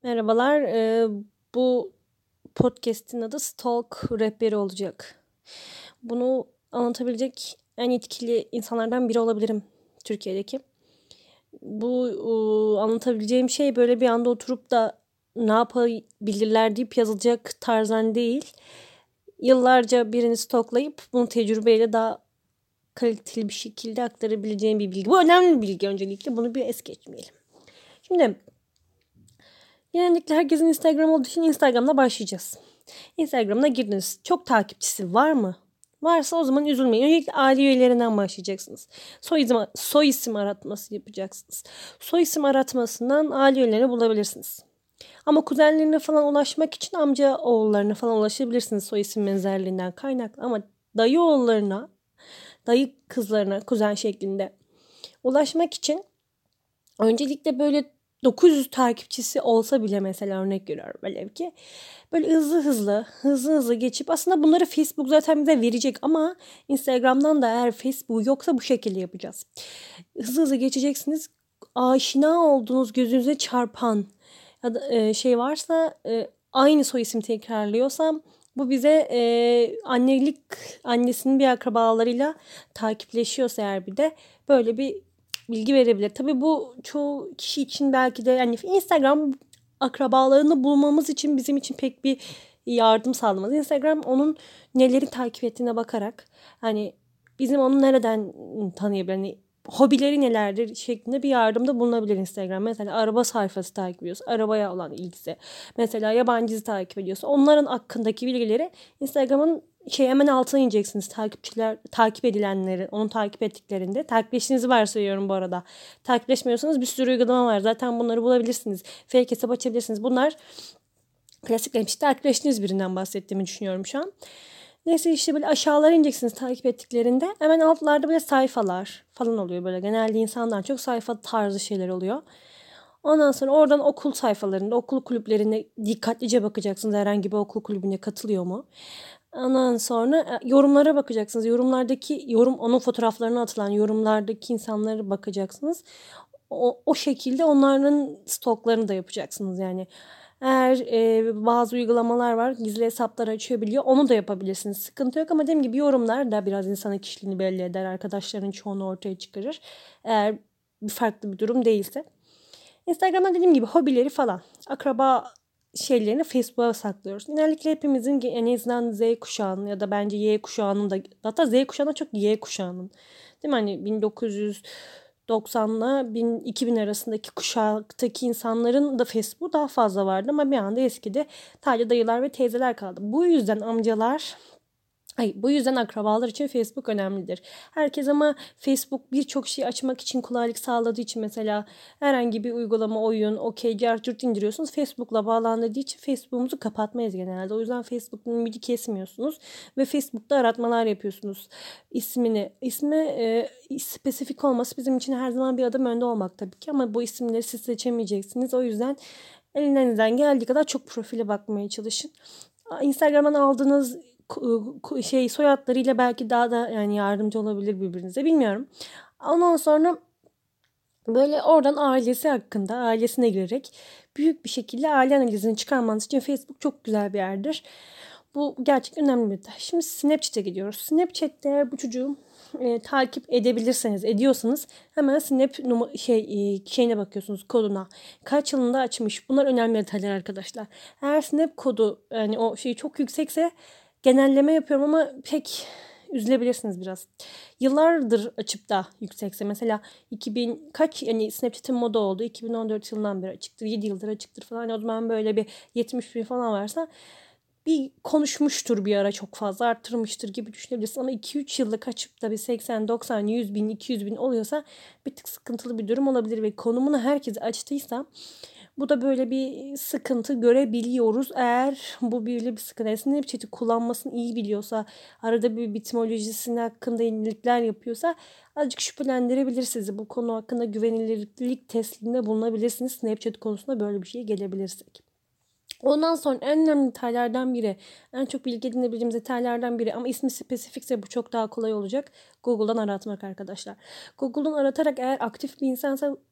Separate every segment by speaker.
Speaker 1: Merhabalar. Bu podcast'in adı Stalk Rehberi olacak. Bunu anlatabilecek en etkili insanlardan biri olabilirim Türkiye'deki. Bu anlatabileceğim şey böyle bir anda oturup da ne yapabilirler deyip yazılacak tarzdan değil. Yıllarca birini stalklayıp bunu tecrübeyle daha kaliteli bir şekilde aktarabileceğim bir bilgi. Bu önemli bir bilgi öncelikle. Bunu bir es geçmeyelim. Şimdi genellikle herkesin Instagram olduğu için Instagram'da başlayacağız. Instagram'ına girdiniz. Çok takipçisi var mı? Varsa o zaman üzülmeyin. Öncelikle aile üyelerinden başlayacaksınız. Soy isim aratması yapacaksınız. Soy isim aratmasından aile üyelerini bulabilirsiniz. Ama kuzenlerine falan ulaşmak için amca oğullarına falan ulaşabilirsiniz soy isim benzerliğinden kaynaklı. Ama dayı oğullarına, dayı kızlarına kuzen şeklinde ulaşmak için öncelikle böyle 900 takipçisi olsa bile mesela örnek veriyorum velev ki. Böyle hızlı geçip aslında bunları Facebook zaten bize verecek ama Instagram'dan da eğer Facebook yoksa bu şekilde yapacağız. Hızlı geçeceksiniz. Aşina olduğunuz gözünüze çarpan ya da şey varsa aynı soy isim tekrarlıyorsam bu bize annesinin bir akrabalarıyla takipleşiyorsa eğer bir de böyle bir bilgi verebilir. Tabii bu çoğu kişi için belki de yani Instagram akrabalarını bulmamız için bizim için pek bir yardım sağlamaz. Instagram onun neleri takip ettiğine bakarak hani bizim onu nereden tanıyabilir? Hani hobileri nelerdir şeklinde bir yardımda bulunabilir Instagram. Mesela araba sayfası takip ediyorsa arabaya olan ilgisi. Mesela yabancı dizi takip ediyorsa onların hakkındaki bilgileri Instagram'ın hemen altına ineceksiniz. Takip edilenleri, onun takip ettiklerinde. Takipleştiğinizi varsayıyorum bu arada. Takipleşmiyorsanız bir sürü uygulama var. Zaten bunları bulabilirsiniz. Fake hesap açabilirsiniz. Bunlar klasiklerim. İşte takipleştiğiniz birinden bahsettiğimi düşünüyorum şu an. Neyse işte böyle aşağılara ineceksiniz takip ettiklerinde. Hemen altlarda böyle sayfalar falan oluyor böyle. Genelde insandan çok sayfa tarzı şeyler oluyor. Ondan sonra oradan okul sayfalarında, okul kulüplerine dikkatlice bakacaksınız. Herhangi bir okul kulübüne katılıyor mu? Ondan sonra yorumlara bakacaksınız. Onun fotoğraflarına atılan yorumlardaki insanlara bakacaksınız. O şekilde onların stoklarını da yapacaksınız yani. Eğer bazı uygulamalar var gizli hesaplar açabiliyor onu da yapabilirsiniz. Sıkıntı yok ama dediğim gibi yorumlar da biraz insanın kişiliğini belli eder. Arkadaşların çoğunu ortaya çıkarır. Eğer farklı bir durum değilse. Instagram'da dediğim gibi hobileri falan. Akraba şeylerini Facebook'a saklıyoruz. Genellikle hepimizin en azından Z kuşağının ya da bence Y kuşağının da hatta Z kuşağına çok Y kuşağının değil mi? Hani 1990'la 2000 arasındaki kuşaktaki insanların da Facebook daha fazla vardı ama bir anda eskidi. Sadece dayılar ve teyzeler kaldı. Bu yüzden bu yüzden akrabalar için Facebook önemlidir. Herkes ama Facebook birçok şey açmak için kolaylık sağladığı için mesela herhangi bir uygulama, oyun, okey, cartürt indiriyorsunuz. Facebook'la bağlandığı için Facebook'umuzu kapatmayız genelde. O yüzden Facebook'un ümidi kesmiyorsunuz ve Facebook'ta aratmalar yapıyorsunuz. İsmi spesifik olması bizim için her zaman bir adım önde olmak tabii ki ama bu isimleri siz seçemeyeceksiniz. O yüzden elinizden geldiği kadar çok profile bakmaya çalışın. Instagram'dan aldığınız soyadlarıyla belki daha da yani yardımcı olabilir birbirinize bilmiyorum. Ondan sonra böyle oradan ailesine girerek büyük bir şekilde aile analizini çıkarmanız için Facebook çok güzel bir yerdir. Bu gerçekten önemli bir detay. Şimdi Snapchat'e gidiyoruz. Snapchat'te eğer bu çocuğu takip ediyorsanız hemen şeyine bakıyorsunuz koduna. Kaç yılında açmış? Bunlar önemli detaylar arkadaşlar. Eğer Snap kodu yani o şey çok yüksekse genelleme yapıyorum ama pek üzülebilirsiniz biraz. Yıllardır açıp da yüksekse mesela 2000 kaç yani Snapchat'in moda oldu 2014 yılından beri açıktır 7 yıldır açıktır falan yani o zaman böyle bir 70 bin falan varsa bir konuşmuştur bir ara çok fazla arttırmıştır gibi düşünebilirsin ama 2-3 yıllık açıp da bir 80, 90, 100 bin, 200 bin oluyorsa bir tık sıkıntılı bir durum olabilir ve konumunu herkes açtıysa bu da böyle bir sıkıntı görebiliyoruz. Eğer bu bir sıkıntı. Snapchat'i kullanmasını iyi biliyorsa, arada bir bitimolojisinin hakkında yenilikler yapıyorsa azıcık şüphelendirebilir sizi. Bu konu hakkında güvenilirlik testinde bulunabilirsiniz. Snapchat konusunda böyle bir şey gelebilirsek. Ondan sonra en önemli detaylardan biri, en çok bilgi edinebileceğimiz detaylardan biri ama ismi spesifikse bu çok daha kolay olacak. Google'dan aratmak arkadaşlar. Google'dan aratarak eğer aktif bir insansa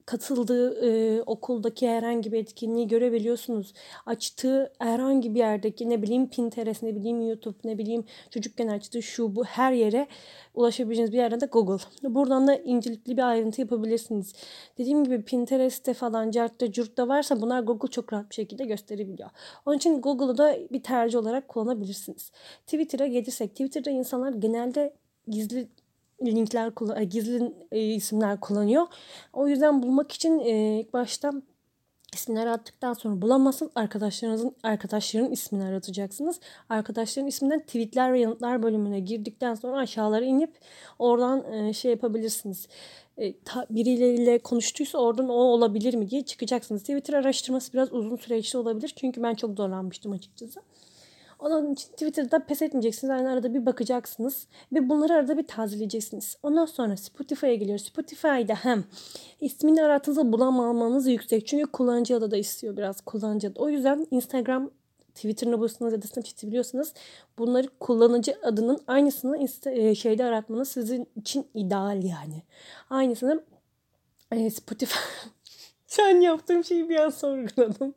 Speaker 1: katıldığı okuldaki herhangi bir etkinliği görebiliyorsunuz. Açtığı herhangi bir yerdeki ne bileyim Pinterest, ne bileyim YouTube, ne bileyim çocukken açtığı şu bu her yere ulaşabileceğiniz bir yerde de Google. Buradan da incelikli bir ayrıntı yapabilirsiniz. Dediğim gibi Pinterest'te falan, Cart'ta, Curt'ta varsa bunlar Google çok rahat bir şekilde gösterebiliyor. Onun için Google'u da bir tercih olarak kullanabilirsiniz. Twitter'a gelirsek, Twitter'da insanlar genelde gizli linkler gizli isimler kullanıyor. O yüzden bulmak için ilk başta İsmini arattıktan sonra bulamazsınız. Arkadaşların ismini aratacaksınız. Arkadaşların isminden tweetler ve yanıtlar bölümüne girdikten sonra aşağılara inip oradan şey yapabilirsiniz. Birileriyle konuştuysa oradan o olabilir mi diye çıkacaksınız. Twitter araştırması biraz uzun süreçli olabilir. Çünkü ben çok zorlanmıştım açıkçası. Onun için Twitter'da pes etmeyeceksiniz. Yani arada bir bakacaksınız. Ve bunları arada bir tazeleyeceksiniz. Ondan sonra Spotify'a geliyor. Spotify'da hem ismini aradığınızda bulamamanız yüksek. Çünkü kullanıcı adı da istiyor biraz kullanıcı adı. O yüzden Instagram, Twitter'ını bulursanız ya da Snapchat'i biliyorsanız bunları kullanıcı adının aynısını şeyde aratmanız sizin için ideal yani. Aynısını Spotify... Sen yaptığım şeyi bir an sorguladım.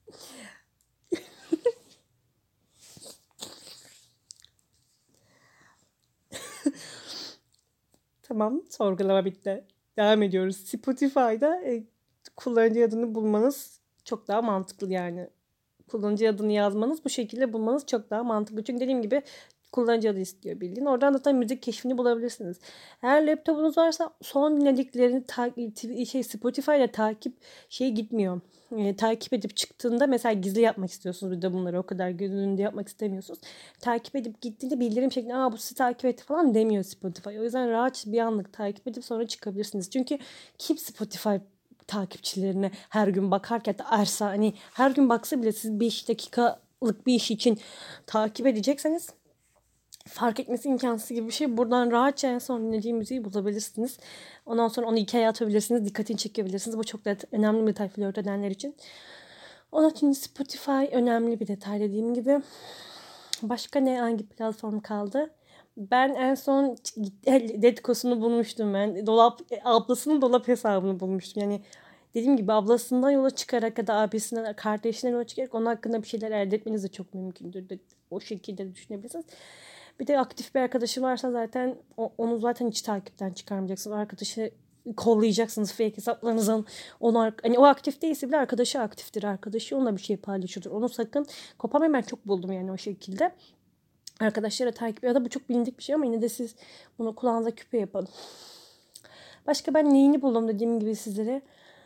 Speaker 1: Tamam, sorgulama bitti. Devam ediyoruz. Spotify'da kullanıcı adını bulmanız çok daha mantıklı yani. Kullanıcı adını yazmanız, bu şekilde bulmanız çok daha mantıklı. Çünkü dediğim gibi kullanıcı adı istiyor bildiğin. Oradan da tabii müzik keşfini bulabilirsiniz. Eğer laptopunuz varsa son dinlediklerini Spotify'da takip gitmiyor. Takip edip çıktığında mesela gizli yapmak istiyorsunuz, bir de bunları o kadar göz önünde yapmak istemiyorsunuz. Takip edip gittiğinde bildirim şeklinde bu sizi takip etti falan demiyor Spotify. O yüzden rahat bir anlık takip edip sonra çıkabilirsiniz. Çünkü kim Spotify takipçilerine her gün bakarken hani her gün baksa bile siz 5 dakikalık bir iş için takip edecekseniz fark etmesi imkansız gibi bir şey. Buradan rahatça en son dinlediğim müziği bulabilirsiniz. Ondan sonra onu hikayeye atabilirsiniz. Dikkatini çekebilirsiniz. Bu çok da önemli bir detay flört edenler için. Onun için Spotify önemli bir detay dediğim gibi. Başka hangi platform kaldı? Ben en son Dediko'sunu bulmuştum ben. Ablasının dolap hesabını bulmuştum. Yani dediğim gibi ablasından yola çıkarak ya da abisinden, kardeşinden yola çıkarak onun hakkında bir şeyler elde etmeniz de çok mümkündür. O şekilde düşünebilirsiniz. Bir de aktif bir arkadaşı varsa zaten onu zaten hiç takipten çıkarmayacaksınız. O arkadaşı kollayacaksınız fake hesaplarınızdan. Hani o aktif değilse bile arkadaşı aktiftir. Arkadaşı onunla bir şey paylaşıyordur. Onu sakın koparmayın. Ben çok buldum yani o şekilde. Arkadaşlara takip ya da bu çok bilindik bir şey ama yine de siz bunu kulağınıza küpe yapın. Başka ben neyini buldum dediğim gibi sizlere.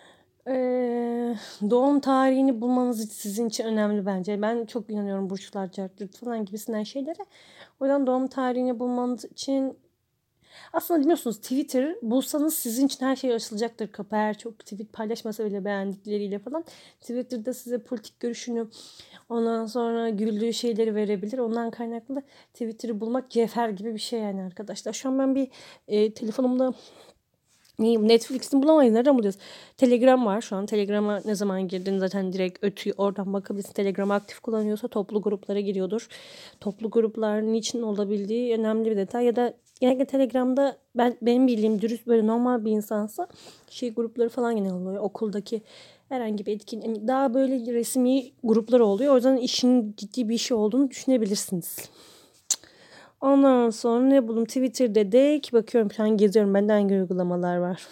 Speaker 1: Doğum tarihini bulmanız sizin için önemli bence. Ben çok inanıyorum burçlar, cartçurt falan gibisinden şeylere. O yüzden doğum tarihini bulmanız için aslında biliyorsunuz Twitter bulsanız sizin için her şey açılacaktır kapı. Eğer çok tweet paylaşmasa bile beğendikleriyle falan. Twitter'da size politik görüşünü, ondan sonra güldüğü şeyleri verebilir. Ondan kaynaklı da Twitter'ı bulmak cevher gibi bir şey yani arkadaşlar. Şu an ben bir telefonumda Netflix'ini bulamayız. Nereden bulacağız? Telegram var şu an. Telegram'a ne zaman girdin zaten direkt ötüyor. Oradan bakabilirsin. Telegram'ı aktif kullanıyorsa toplu gruplara giriyordur. Toplu gruplar niçin olabildiği önemli bir detay. Ya da genellikle Telegram'da benim bildiğim dürüst böyle normal bir insansa grupları falan genel oluyor. Okuldaki herhangi bir etkin. Yani daha böyle resmi gruplar oluyor. O yüzden işin ciddi bir iş olduğunu düşünebilirsiniz. Ondan sonra ne buldum? Twitter'da bakıyorum şu an geziyorum. Bende hangi uygulamalar var?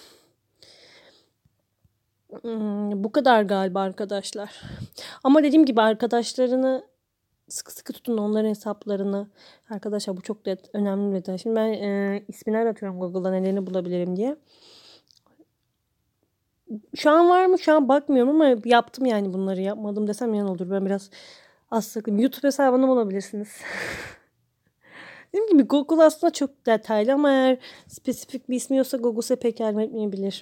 Speaker 1: Bu kadar galiba arkadaşlar. Ama dediğim gibi arkadaşlarını sıkı sıkı tutun, onların hesaplarını. Arkadaşlar bu çok önemli bir detay. Şimdi ben ismini aratıyorum Google'da nelerini bulabilirim diye. Şu an var mı? Şu an bakmıyorum ama yaptım yani bunları. Yapmadım desem yan olur. Ben biraz az sakın. YouTube hesabını bulabilirsiniz. Dediğim gibi Google aslında çok detaylı ama eğer spesifik bir ismi yoksa Google size pek yardım etmeyebilir.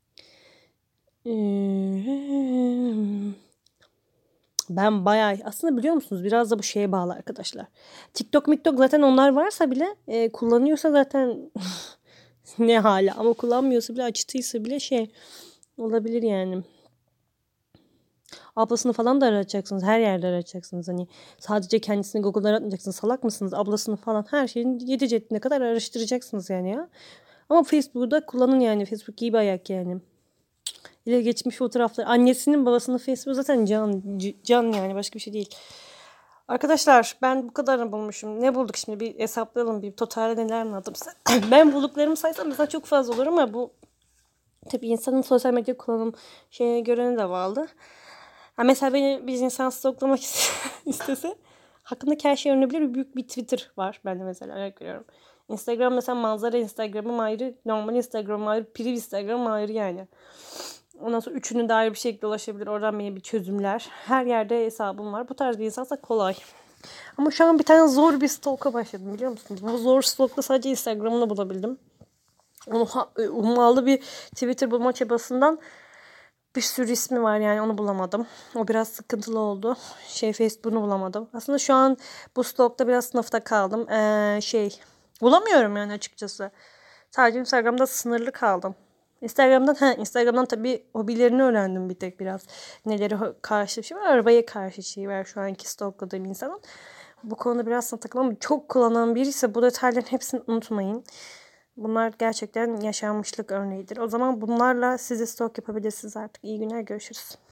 Speaker 1: Ben bayağı aslında biliyor musunuz biraz da bu şeye bağlı arkadaşlar. TikTok zaten onlar varsa bile kullanıyorsa zaten ne hala ama kullanmıyorsa bile açtıysa bile olabilir yani. Ablasını falan da aratacaksınız. Her yerde aratacaksınız. Hani sadece kendisini Google'da aratmayacaksınız. Salak mısınız? Ablasını falan her şeyin 7 ceddine kadar araştıracaksınız yani ya. Ama Facebook'u da kullanın yani. Facebook iyi bir ayak yani. ile geçmiş fotoğraflar. Annesinin babasının Facebook zaten can yani, başka bir şey değil. Arkadaşlar ben bu kadarını bulmuşum. Ne bulduk şimdi, bir hesaplayalım, bir totalde neler mi aldım. Ben bulduklarımı saysam mesela çok fazla olur ama bu tabii insanın sosyal medya kullanım şeyine göre de bağlı. Mesela bir insan stoklamak istese hakkındaki her şey öğrenebilir. Büyük bir Twitter var bende mesela, örnek veriyorum. Instagram mesela, manzara Instagram'ım ayrı, normal Instagram'ım ayrı, priv Instagram'ım ayrı yani. Ondan sonra üçünü de ayrı bir şekilde ulaşabilir. Oradan bana bir çözümler. Her yerde hesabım var. Bu tarz bir insansa kolay. Ama şu an bir tane zor bir stalk'a başladım, biliyor musunuz? Bu zor stalk'ta sadece Instagram'ını bulabildim. Ummalı bir Twitter bulma çabasından bir sürü ismi var yani, onu bulamadım. O biraz sıkıntılı oldu. Facebook'unu bulamadım. Aslında şu an bu stalk'ta biraz sınıfta kaldım. Bulamıyorum yani açıkçası. Sadece Instagram'da sınırlı kaldım. Instagram'dan tabii hobilerini öğrendim bir tek biraz. Neleri karşı şey var. Arabaya karşı şey var şu anki stalkladığım insanın. Bu konuda biraz takılan ama çok kullanan biri ise bu detayların hepsini unutmayın. Bunlar gerçekten yaşanmışlık örneğidir. O zaman bunlarla siz de stalk yapabilirsiniz artık. İyi günler, görüşürüz.